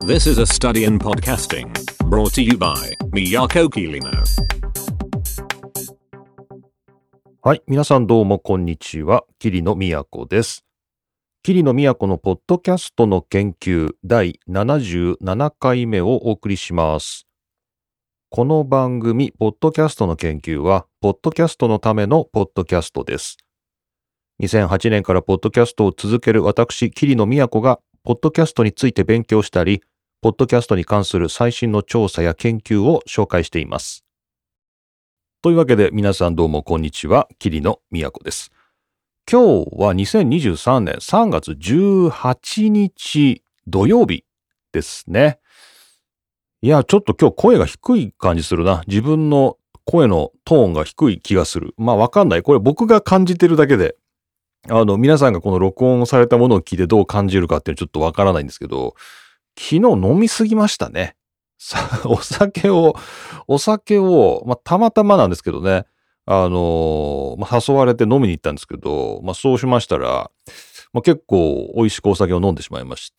This is a study in podcasting brought to you by Miyako Kirino. はい、皆さんどうもこんにちは。桐野都です。桐野都のポッドキャストの研究第77回目をお送りします。この番組、ポッドキャストの研究は、ポッドキャストのためのポッドキャストです。2008年からポッドキャストを続ける私、桐野都が、ポッドキャストについて勉強したり、ポッドキャストに関する最新の調査や研究を紹介しています。というわけで皆さんどうもこんにちは、桐野都です。今日は2023年3月18日土曜日ですね。いや、ちょっと今日声が低い感じするな。自分の声のトーンが低い気がする。まあわかんない。これ僕が感じてるだけで、皆さんがこの録音されたものを聞いてどう感じるかっていうのはちょっとわからないんですけど、昨日飲みすぎましたね。お酒を、たまたまなんですけどね、誘われて飲みに行ったんですけど、そうしましたら、結構美味しくお酒を飲んでしまいまして、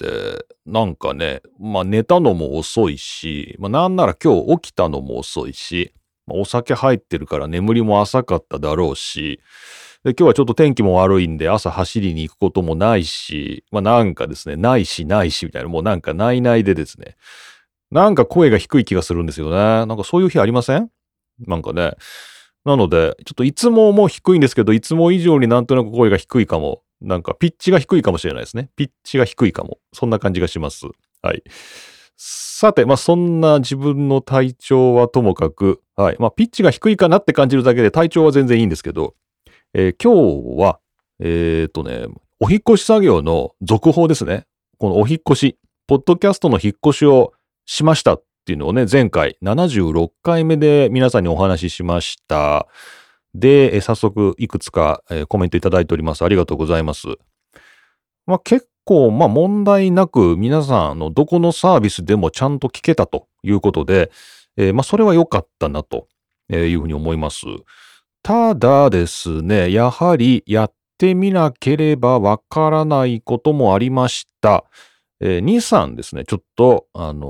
なんかね、寝たのも遅いし、なんなら今日起きたのも遅いし、お酒入ってるから眠りも浅かっただろうし、で今日はちょっと天気も悪いんで朝走りに行くこともないし、なんかですね、ないしみたいな、もうなんかないでですね、なんか声が低い気がするんですよね。なんかそういう日ありません？なんかね。なので、ちょっといつもも低いんですけど、いつも以上になんとなく声が低いかも。なんかピッチが低いかもしれないですね。ピッチが低いかも。そんな感じがします。はい。さて、そんな自分の体調はともかく、はい。ピッチが低いかなって感じるだけで体調は全然いいんですけど、今日は、お引っ越し作業の続報ですね。このお引っ越し、ポッドキャストの引っ越しをしましたっていうのをね、前回76回目で皆さんにお話ししました。で、早速いくつかコメントいただいております。ありがとうございます。結構問題なく皆さんのどこのサービスでもちゃんと聞けたということで、それは良かったなというふうに思います。ただですね、やはりやってみなければわからないこともありました。2、3ですね、ちょっと、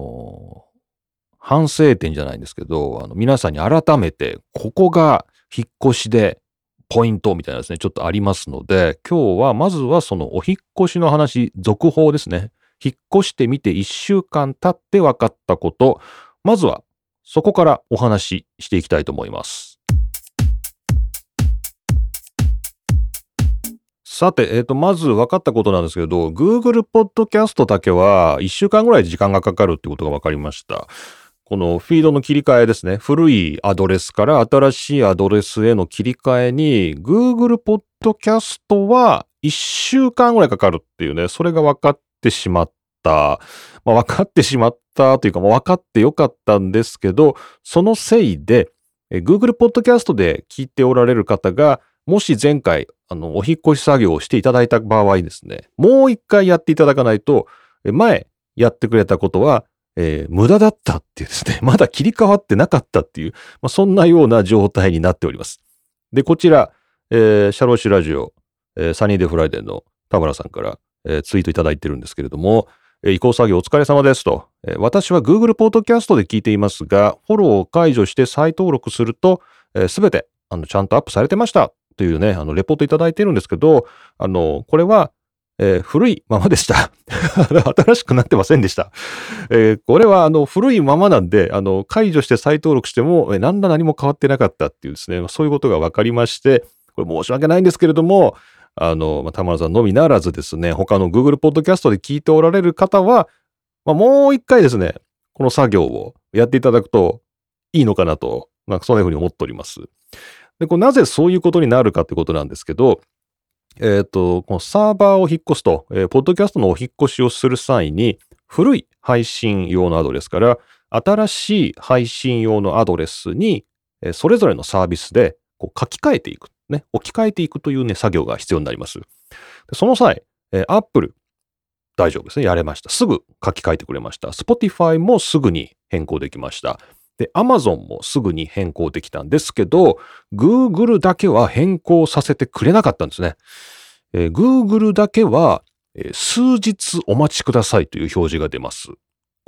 反省点じゃないんですけど、皆さんに改めて、ここが引っ越しでポイントみたいなですね、ちょっとありますので、今日はまずはそのお引っ越しの話、続報ですね。引っ越してみて1週間経って分かったこと、まずはそこからお話ししていきたいと思います。さて、まず分かったことなんですけど、Google Podcast だけは1週間ぐらい時間がかかるってことが分かりました。このフィードの切り替えですね。古いアドレスから新しいアドレスへの切り替えに、Google Podcast は1週間ぐらいかかるっていうね、それが分かってしまった。分かってしまったというか、分かってよかったんですけど、そのせいで、Google Podcast で聞いておられる方が、もし前回、お引っ越し作業をしていただいた場合ですね、もう一回やっていただかないと、前やってくれたことは、無駄だったっていうですね、まだ切り替わってなかったっていう、そんなような状態になっております。で、こちら、シャローシュラジオ、サニーデフライデーの田村さんから、ツイートいただいてるんですけれども、移行作業お疲れ様ですと、私は Google Podcast で聞いていますが、フォローを解除して再登録すると、すべてちゃんとアップされてましたというね、レポートいただいてるんですけど、これは、古いままでした。新しくなってませんでした。これは古いままなんで、解除して再登録しても、何も変わってなかったっていうですね、そういうことが分かりまして、これ申し訳ないんですけれども、田村さんのみならずですね、他の Google Podcast で聞いておられる方は、もう一回ですね、この作業をやっていただくといいのかなと、そんなふうに思っております。で、なぜそういうことになるかってことなんですけど、このサーバーを引っ越すと、ポッドキャストのお引っ越しをする際に、古い配信用のアドレスから、新しい配信用のアドレスに、それぞれのサービスで書き換えていく、ね、置き換えていくというね、作業が必要になります。でその際、Apple、大丈夫ですね。やれました。すぐ書き換えてくれました。Spotify もすぐに変更できました。で、Amazon もすぐに変更できたんですけど、Google だけは変更させてくれなかったんですね。Google だけは、数日お待ちくださいという表示が出ます。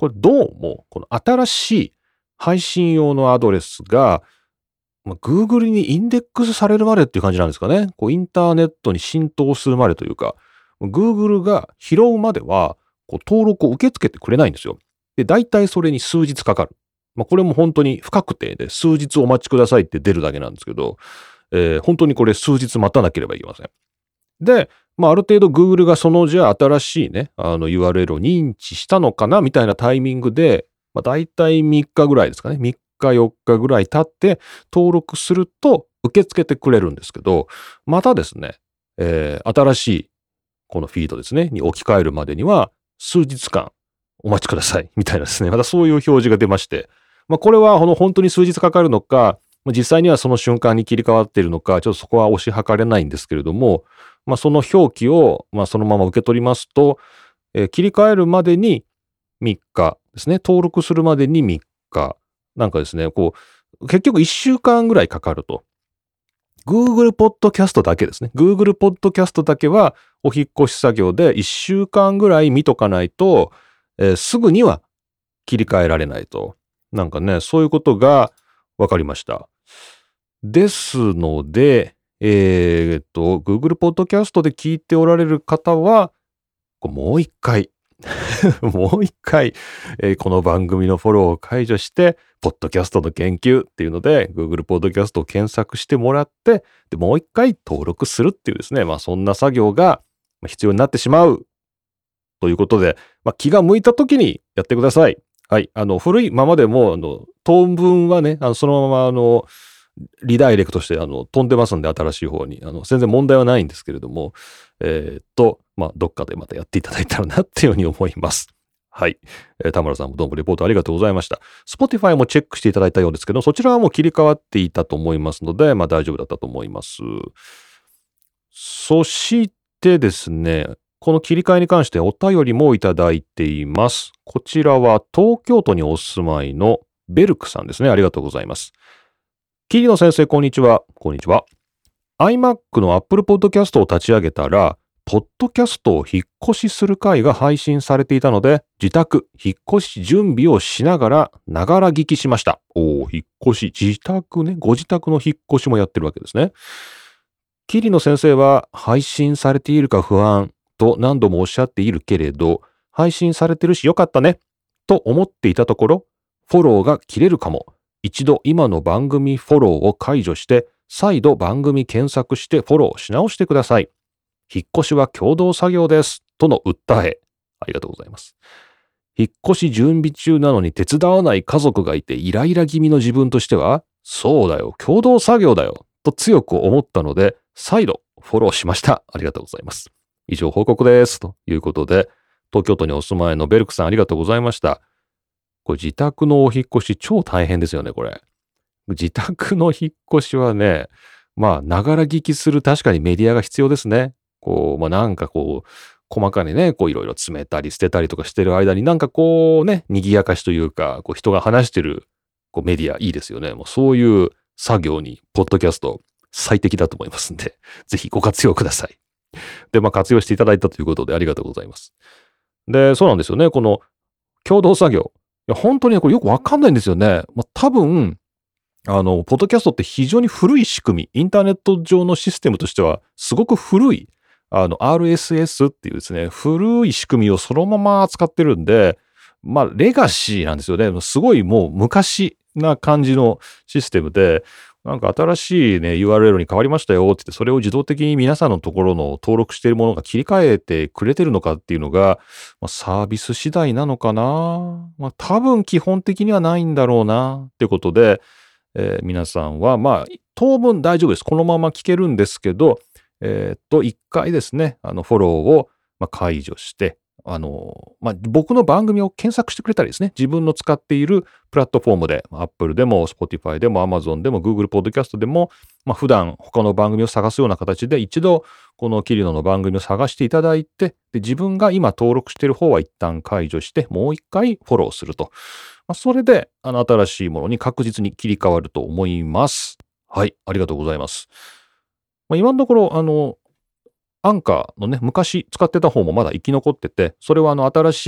これどうも、この新しい配信用のアドレスが、Google にインデックスされるまでっていう感じなんですかね。インターネットに浸透するまでというか、Google が拾うまでは、登録を受け付けてくれないんですよ。で、大体それに数日かかる。これも本当に不確定で、数日お待ちくださいって出るだけなんですけど、本当にこれ数日待たなければいけません。で、ある程度 Google がそのじゃあ新しいね、URL を認知したのかなみたいなタイミングで、大体3日ぐらいですかね。3日4日ぐらい経って登録すると受け付けてくれるんですけど、またですね、新しいこのフィードですね、に置き換えるまでには数日間お待ちくださいみたいなですね、またそういう表示が出まして、これは本当に数日かかるのか、実際にはその瞬間に切り替わっているのか、ちょっとそこは推し量れないんですけれども、その表記を、そのまま受け取りますと、切り替えるまでに3日ですね、登録するまでに3日、なんかですね、結局1週間ぐらいかかると。Google Podcast だけですね。Google Podcast だけはお引っ越し作業で1週間ぐらい見とかないと、すぐには切り替えられないと。なんかね、そういうことが分かりました。ですので、Google Podcast で聞いておられる方は、もう一回、もう一回、この番組のフォローを解除して、ポッドキャストの研究っていうので、Google Podcast を検索してもらって、で、もう一回登録するっていうですね、そんな作業が必要になってしまうということで、気が向いた時にやってください。はい。古いままでも、当分はね、そのまま、リダイレクトして、飛んでますんで、新しい方に。全然問題はないんですけれども、どっかでまたやっていただいたらなっていうふうに思います。はい。田村さんもどうもレポートありがとうございました。Spotify もチェックしていただいたようですけど、そちらはもう切り替わっていたと思いますので、大丈夫だったと思います。そしてですね、この切り替えに関してお便りもいただいています。こちらは東京都にお住まいのベルクさんですね。ありがとうございます。桐野先生、こんにちは。こんにちは。iMac の Apple Podcast を立ち上げたら、ポッドキャストを引っ越しする回が配信されていたので、自宅、引っ越し準備をしながら、ながら聞きしました。引っ越し、自宅ね、ご自宅の引っ越しもやってるわけですね。桐野先生は、配信されているか不安と何度もおっしゃっているけれど、配信されてるしよかったね、と思っていたところ、フォローが切れるかも。一度今の番組フォローを解除して、再度番組検索してフォローし直してください。引っ越しは共同作業です。との訴え。ありがとうございます。引っ越し準備中なのに手伝わない家族がいてイライラ気味の自分としては、そうだよ、共同作業だよ、と強く思ったので、再度フォローしました。ありがとうございます。以上報告です。ということで、東京都にお住まいのベルクさんありがとうございました。これ自宅のお引っ越し超大変ですよね、これ。自宅の引っ越しはね、ながら聞きする確かにメディアが必要ですね。細かにね、いろいろ詰めたり捨てたりとかしてる間に賑やかしというか、人が話してるメディアいいですよね。もうそういう作業に、ポッドキャスト最適だと思いますんで、ぜひご活用ください。で、活用していただいたということでありがとうございます。で、そうなんですよね。この共同作業。いや、本当にこれよくわかんないんですよね。多分、ポッドキャストって非常に古い仕組み、インターネット上のシステムとしては、すごく古い、RSS っていうですね、古い仕組みをそのまま使ってるんで、レガシーなんですよね。すごいもう昔な感じのシステムで、新しいね、URL に変わりましたよって言って、それを自動的に皆さんのところの登録しているものが切り替えてくれてるのかっていうのが、サービス次第なのかな。多分基本的にはないんだろうな、っていうことで、皆さんは、当分大丈夫です。このまま聞けるんですけど、一回ですね、フォローを、解除して、僕の番組を検索してくれたりですね、自分の使っているプラットフォームで、Apple でも Spotify でも Amazon でも Google Podcast でも、普段他の番組を探すような形で一度このキリノの番組を探していただいて、で自分が今登録している方は一旦解除して、もう一回フォローすると。それで新しいものに確実に切り替わると思います。はい、ありがとうございます。今のところアンカーのね、昔使ってた方もまだ生き残ってて、それは新しい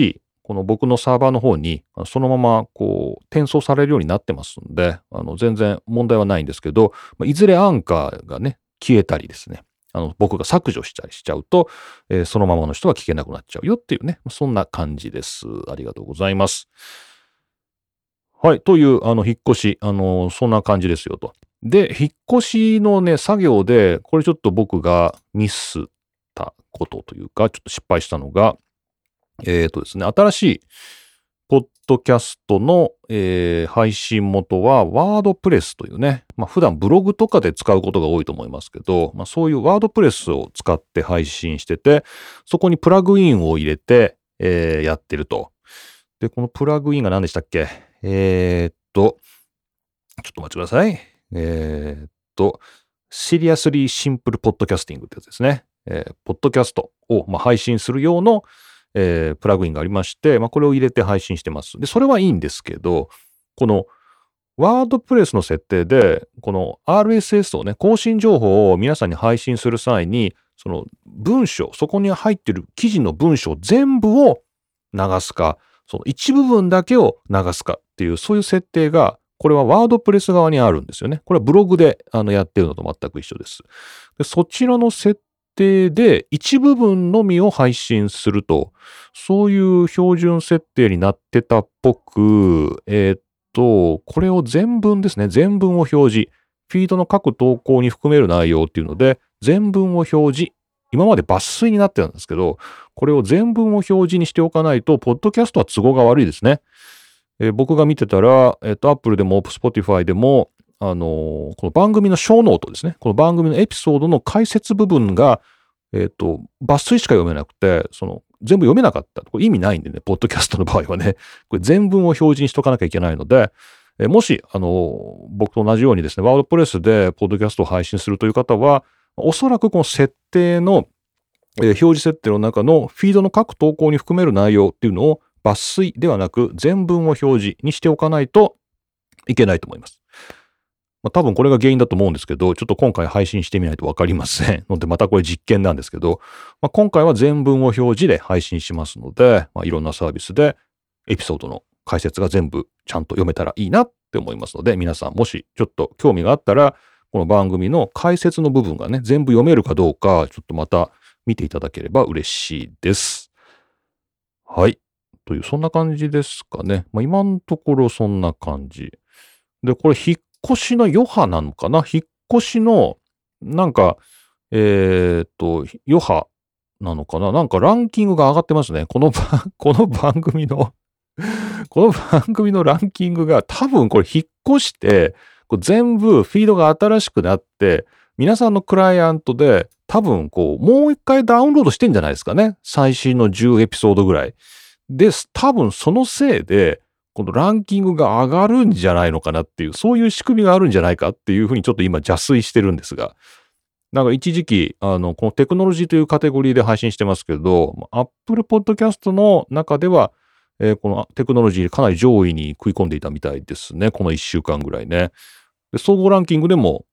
この僕のサーバーの方にそのまま転送されるようになってますんで、全然問題はないんですけど、いずれアンカーがね、消えたりですね、僕が削除したりしちゃうと、そのままの人は聞けなくなっちゃうよっていうね、そんな感じです。ありがとうございます。はい。という、引っ越し、そんな感じですよと。で、引っ越しのね、作業で、これちょっと僕がミスったことというか、ちょっと失敗したのが、ですね、新しい、ポッドキャストの、配信元は、ワードプレスというね、普段ブログとかで使うことが多いと思いますけど、そういうワードプレスを使って配信してて、そこにプラグインを入れて、やってると。で、このプラグインが何でしたっけ？ちょっとお待ちください。Seriously Simple Podcasting ってやつですね。ポッドキャストを、配信する用の、プラグインがありまして、これを入れて配信してます。で、それはいいんですけど、このワードプレスの設定で、この RSS をね、更新情報を皆さんに配信する際に、その文章、そこに入ってる記事の文章全部を流すか、その一部分だけを流すかっていう、そういう設定が、これはワードプレス側にあるんですよね。これはブログでやってるのと全く一緒です。で、そちらの設定で一部分のみを配信すると、そういう標準設定になってたっぽく、これを全文ですね。全文を表示。フィードの各投稿に含める内容っていうので、全文を表示。今まで抜粋になってたんですけど、これを全文を表示にしておかないと、ポッドキャストは都合が悪いですね。僕が見てたら、Apple でも Spotify でも、この番組のショーノートですね。この番組のエピソードの解説部分が、抜粋しか読めなくて、全部読めなかった。これ意味ないんでね、ポッドキャストの場合はね、これ全文を表示にしとかなきゃいけないので、もし、僕と同じようにですね、ワードプレスでポッドキャストを配信するという方は、おそらくこの設定の、表示設定の中のフィードの各投稿に含める内容っていうのを抜粋ではなく全文を表示にしておかないといけないと思います。多分これが原因だと思うんですけど、ちょっと今回配信してみないとわかりませんので、またこれ実験なんですけど、今回は全文を表示で配信しますので、いろんなサービスでエピソードの解説が全部ちゃんと読めたらいいなって思いますので、皆さんもしちょっと興味があったら、この番組の解説の部分がね、全部読めるかどうか、ちょっとまた見ていただければ嬉しいです。はい。という、そんな感じですかね。今のところそんな感じ。で、これ引っ越しの余波なのかな？引っ越しの、なんか、余波なのかな？なんかランキングが上がってますね。この番組のこの番組のランキングが多分これ引っ越して、全部フィードが新しくなって、皆さんのクライアントで多分もう一回ダウンロードしてんじゃないですかね。最新の10エピソードぐらい。です。多分そのせいで、このランキングが上がるんじゃないのかなっていう、そういう仕組みがあるんじゃないかっていうふうにちょっと今邪推してるんですが。なんか一時期、このテクノロジーというカテゴリーで配信してますけど、Apple Podcast の中では、このテクノロジーかなり上位に食い込んでいたみたいですね。この1週間ぐらいね。で総合ランキングでも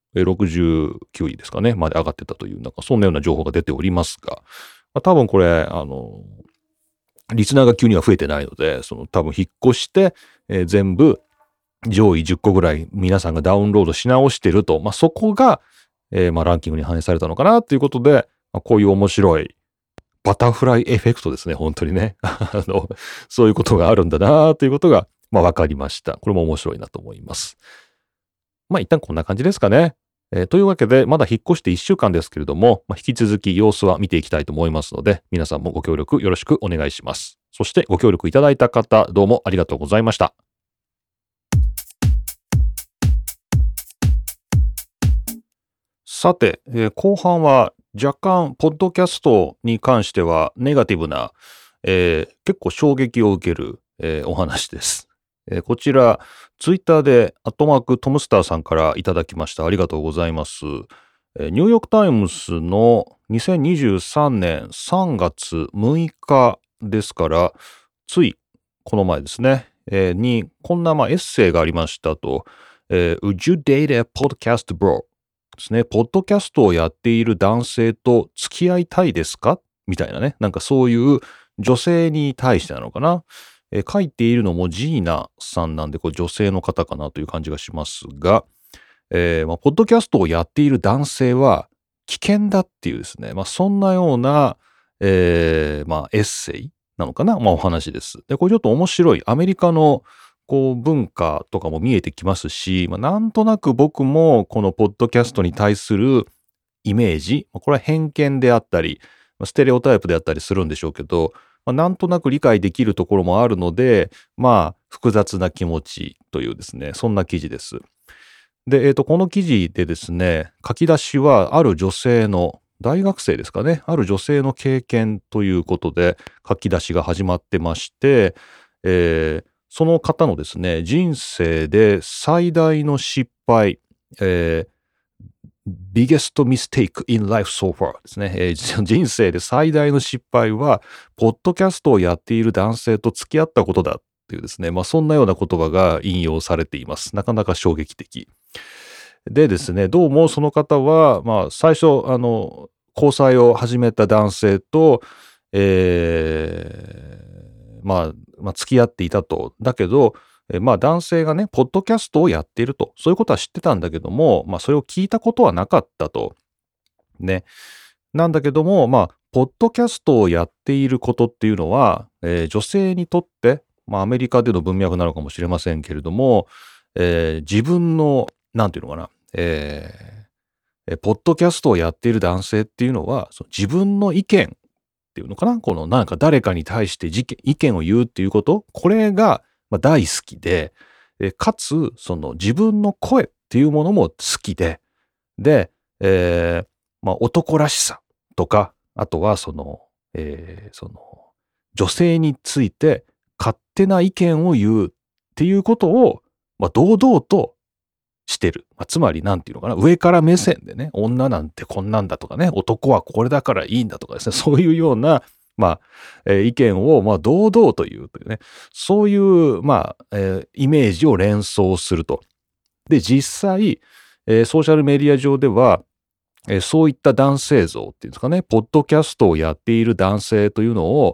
69位ですかね、まで上がってたという、なんかそんなような情報が出ておりますが、多分これ、リスナーが急には増えてないので、多分引っ越して、全部上位10個ぐらい皆さんがダウンロードし直してると、そこが、ランキングに反映されたのかなということで、こういう面白いバタフライエフェクトですね、本当にね。そういうことがあるんだなということが、分かりました。これも面白いなと思います。一旦こんな感じですかね。というわけで、まだ引っ越して1週間ですけれども、引き続き様子は見ていきたいと思いますので、皆さんもご協力よろしくお願いします。そしてご協力いただいた方、どうもありがとうございました。さて、後半は若干、ポッドキャストに関してはネガティブな、結構衝撃を受ける、お話です。こちら、ツイッターで、トムスターさんからいただきました。ありがとうございます。ニューヨークタイムズの2023年3月6日ですから、ついこの前ですね、に、こんなエッセイがありましたと、Would you date a podcast bro? ですね、ポッドキャストをやっている男性と付き合いたいですかみたいなね、なんかそういう女性に対してなのかな。書いているのもジーナさんなんで、これ女性の方かなという感じがしますが、ポッドキャストをやっている男性は危険だっていうですね、そんなような、エッセイなのかな、お話です。で、これちょっと面白い。アメリカのこう文化とかも見えてきますし、なんとなく僕もこのポッドキャストに対するイメージ、これは偏見であったり、ステレオタイプであったりするんでしょうけど、なんとなく理解できるところもあるので、複雑な気持ちというですね、そんな記事です。で、この記事でですね、書き出しはある女性の、大学生ですかね、ある女性の経験ということで書き出しが始まってまして、その方のですね、人生で最大の失敗、biggest mistake in life so far ですね、人生で最大の失敗は、ポッドキャストをやっている男性と付き合ったことだっていうですね、そんなような言葉が引用されています。なかなか衝撃的。でですね、どうもその方は、最初、交際を始めた男性と、付き合っていたと。だけど、男性がね、ポッドキャストをやっていると。そういうことは知ってたんだけども、それを聞いたことはなかったと。ね。なんだけども、ポッドキャストをやっていることっていうのは、女性にとって、アメリカでの文脈なのかもしれませんけれども、自分の、なんていうのかな、ポッドキャストをやっている男性っていうのは、自分の意見っていうのかな、このなんか誰かに対して意見を言うっていうこと、これが大好きで、かつ、その自分の声っていうものも好きで、で、男らしさとか、あとはその女性について勝手な意見を言うっていうことを、堂々としてる。つまり、なんていうのかな、上から目線でね、女なんてこんなんだとかね、男はこれだからいいんだとかですね、そういうような、意見を、堂々と言うというね、そういう、イメージを連想すると。で、実際、ソーシャルメディア上では、そういった男性像っていうんですかね、ポッドキャストをやっている男性というのを、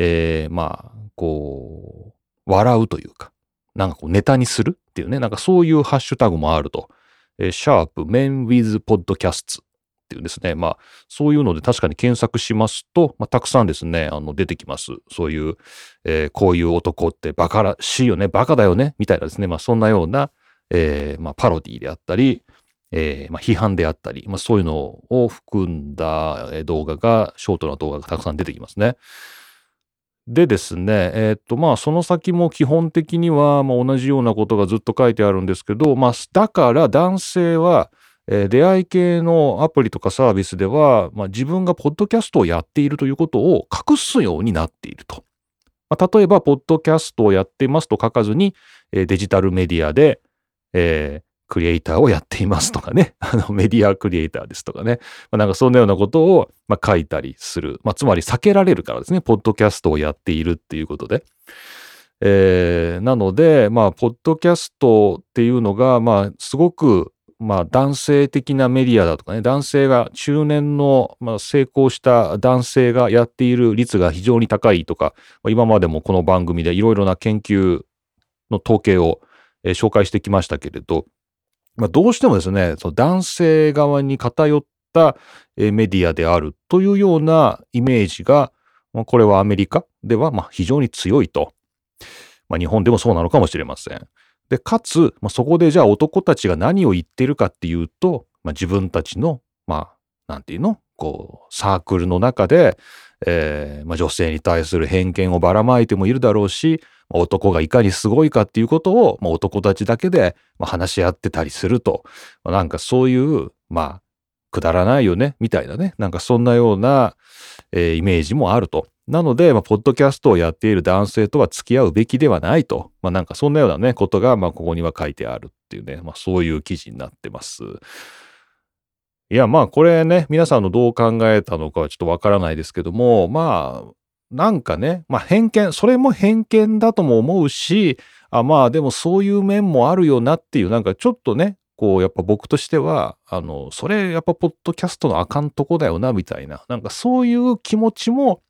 笑うというか、なんかこうネタにするっていうね、なんかそういうハッシュタグもあると。シャープ Men with Podcasts っていうですね、そういうので確かに検索しますと、たくさんですね、出てきます。そういう、こういう男ってバカらしいよね、バカだよね、みたいなですね、そんなような、パロディであったり、批判であったり、そういうのを含んだ動画が、ショートな動画がたくさん出てきますね。でですね、その先も基本的には、同じようなことがずっと書いてあるんですけど、だから男性は、出会い系のアプリとかサービスでは、自分がポッドキャストをやっているということを隠すようになっていると。例えば、ポッドキャストをやっていますと書かずに、デジタルメディアで、クリエイターをやっていますとかね。メディアクリエイターですとかね。なんかそんなようなことを、書いたりする。つまり避けられるからですね。ポッドキャストをやっているっていうことで。なので、ポッドキャストっていうのが、すごく、男性的なメディアだとかね、男性が中年の、成功した男性がやっている率が非常に高いとか、今までもこの番組でいろいろな研究の統計を、紹介してきましたけれど、どうしてもですね、その男性側に偏ったメディアであるというようなイメージが、これはアメリカでは非常に強いと。日本でもそうなのかもしれません。で、かつ、そこでじゃあ男たちが何を言ってるかっていうと、自分たちの、なんていうのサークルの中で、女性に対する偏見をばらまいてもいるだろうし、男がいかにすごいかっていうことを、男たちだけで、話し合ってたりすると。なんかそういう、くだらないよね、みたいなね。なんかそんなような、イメージもあると。なので、ポッドキャストをやっている男性とは付き合うべきではないと。なんかそんなようなね、ことが、ここには書いてあるっていうね、そういう記事になってます。いや、これね、皆さんのどう考えたのかはちょっとわからないですけども、なんかね、偏見、それも偏見だとも思うし、でもそういう面もあるよなっていう、なんかちょっとね、やっぱ僕としては、それやっぱポッドキャストのあかんとこだよな、みたいな、なんかそういう気持ちも、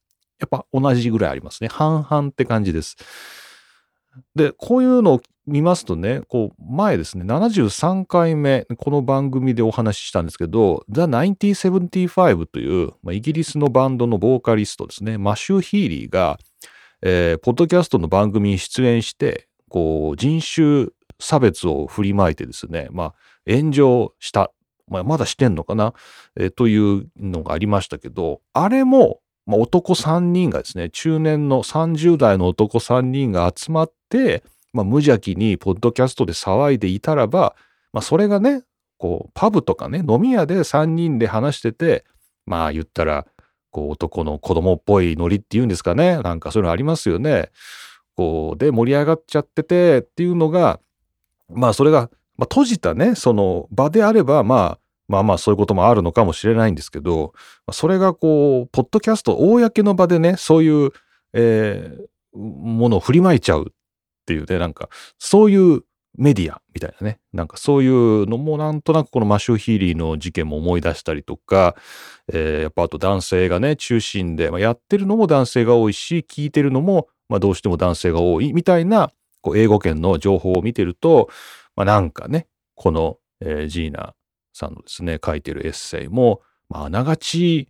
やっぱ同じぐらいありますね。半々って感じです。で、こういうのを見ますとね、前ですね、73回目、この番組でお話ししたんですけど、The 1975という、イギリスのバンドのボーカリストですね、マシュー・ヒーリーが、ポッドキャストの番組に出演して、人種差別を振りまいてですね、炎上した。まだしてんのかな、というのがありましたけど、あれも、男3人がですね、中年の30代の男3人が集まって、無邪気にポッドキャストで騒いでいたらば、それがね、パブとかね、飲み屋で3人で話してて、言ったら、男の子供っぽいノリっていうんですかね、なんかそういうのありますよね。で盛り上がっちゃっててっていうのが、それが、閉じたね、その場であれば、そういうこともあるのかもしれないんですけど、それがポッドキャスト、公の場でね、そういう、ものを振りまいちゃうっていうね、なんか、そういうメディアみたいなね、なんかそういうのもなんとなくこのマシュー・ヒーリーの事件も思い出したりとか、やっぱあと男性がね、中心で、やってるのも男性が多いし、聞いてるのも、どうしても男性が多いみたいな、英語圏の情報を見てると、なんかね、この、ジーナさんのですね、書いてるエッセイも、あながち、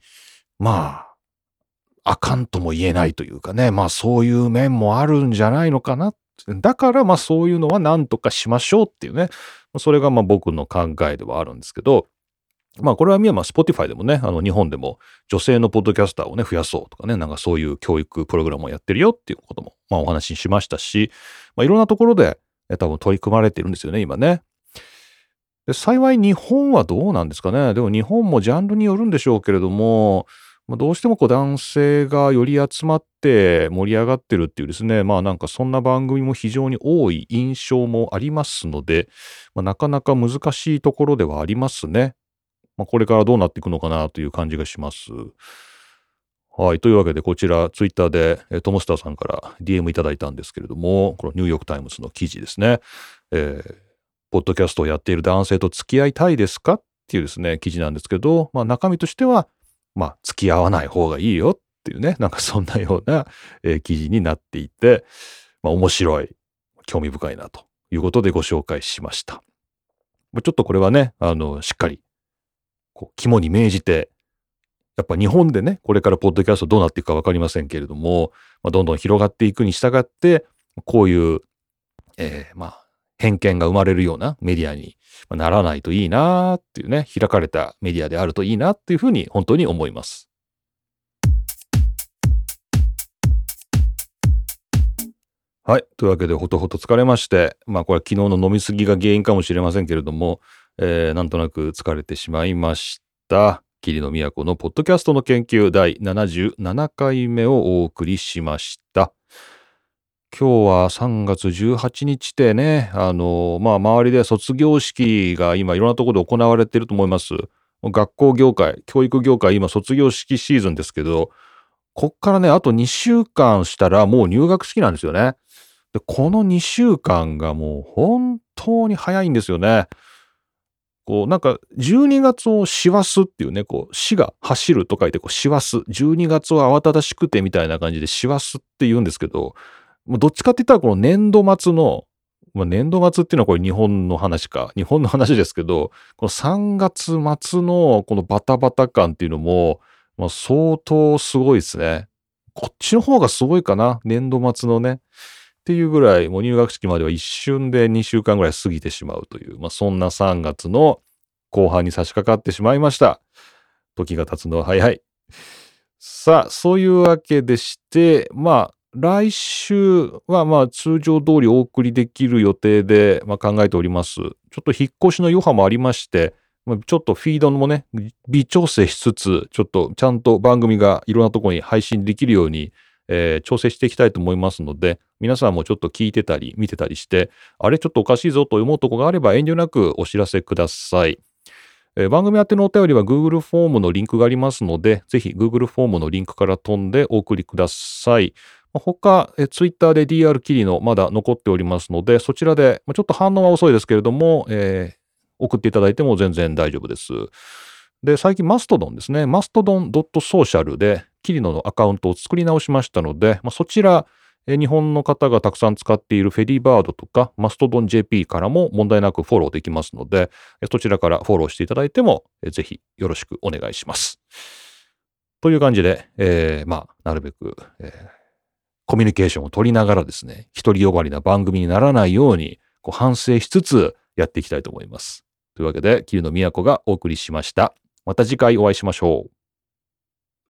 あかんとも言えないというかね、そういう面もあるんじゃないのかな。だからそういうのは何とかしましょうっていうね、それが僕の考えではあるんですけど、これはSpotify でもね、日本でも女性のポッドキャスターをね、増やそうとかね、なんかそういう教育プログラムをやってるよっていうことも、お話ししましたし、いろんなところで多分取り組まれてるんですよね、今ね。で、幸い日本はどうなんですかね。でも日本もジャンルによるんでしょうけれども、どうしても男性がより集まって盛り上がってるっていうですね、なんかそんな番組も非常に多い印象もありますので、なかなか難しいところではありますね。これからどうなっていくのかなという感じがします。はい。というわけで、こちら、ツイッターで、トムスターさんから DM いただいたんですけれども、このニューヨークタイムズの記事ですね。ポッドキャストをやっている男性と付き合いたいですかっていうですね、記事なんですけど、中身としては、付き合わない方がいいよっていうね、なんかそんなような、記事になっていて、面白い、興味深いなということでご紹介しました。ちょっとこれはね、しっかり、肝に銘じて、やっぱ日本でね、これからポッドキャストどうなっていくかわかりませんけれども、どんどん広がっていくに従って、こういう、偏見が生まれるようなメディアにならないといいなっていうね、開かれたメディアであるといいなっていうふうに本当に思います。はい。というわけで、ほとほと疲れまして、これは昨日の飲みすぎが原因かもしれませんけれども、なんとなく疲れてしまいました。桐野都のポッドキャストの研究第77回目をお送りしました。今日は3月18日でね、周りで卒業式が今いろんなところで行われていると思います。学校業界、教育業界、今卒業式シーズンですけど、こっからね、あと2週間したらもう入学式なんですよね。で、この2週間がもう本当に早いんですよね。なんか、12月を師走っていうね、死が走ると書いて、師走。12月は慌ただしくてみたいな感じで師走って言うんですけど、もうどっちかって言ったらこの年度末の、年度末っていうのはこれ日本の話か。日本の話ですけど、この3月末のこのバタバタ感っていうのも、相当すごいですね。こっちの方がすごいかな。年度末のね。っていうぐらい、もう入学式までは一瞬で2週間ぐらい過ぎてしまうという、そんな3月の後半に差し掛かってしまいました。時が経つのは早い。さあ、そういうわけでして、来週は通常通りお送りできる予定で、考えております。ちょっと引っ越しの余波もありまして、ちょっとフィードもね、微調整しつつ、ちょっとちゃんと番組がいろんなところに配信できるように、調整していきたいと思いますので、皆さんもちょっと聞いてたり見てたりして、あれちょっとおかしいぞと思うところがあれば遠慮なくお知らせください。番組宛てのお便りは Google フォームのリンクがありますので、ぜひ Google フォームのリンクから飛んでお送りください。他、Twitter で DR キリのまだ残っておりますので、そちらで、ちょっと反応は遅いですけれども、送っていただいても全然大丈夫です。で、最近マストドンですね。マストドン.socialでキリノのアカウントを作り直しましたので、そちら、日本の方がたくさん使っているフェリーバードとかマストドン JP からも問題なくフォローできますので、そちらからフォローしていただいても、ぜひよろしくお願いします。という感じで、なるべく、コミュニケーションを取りながらですね、独りよがりな番組にならないように、反省しつつやっていきたいと思います。というわけで、桐野都がお送りしました。また次回お会いしましょう。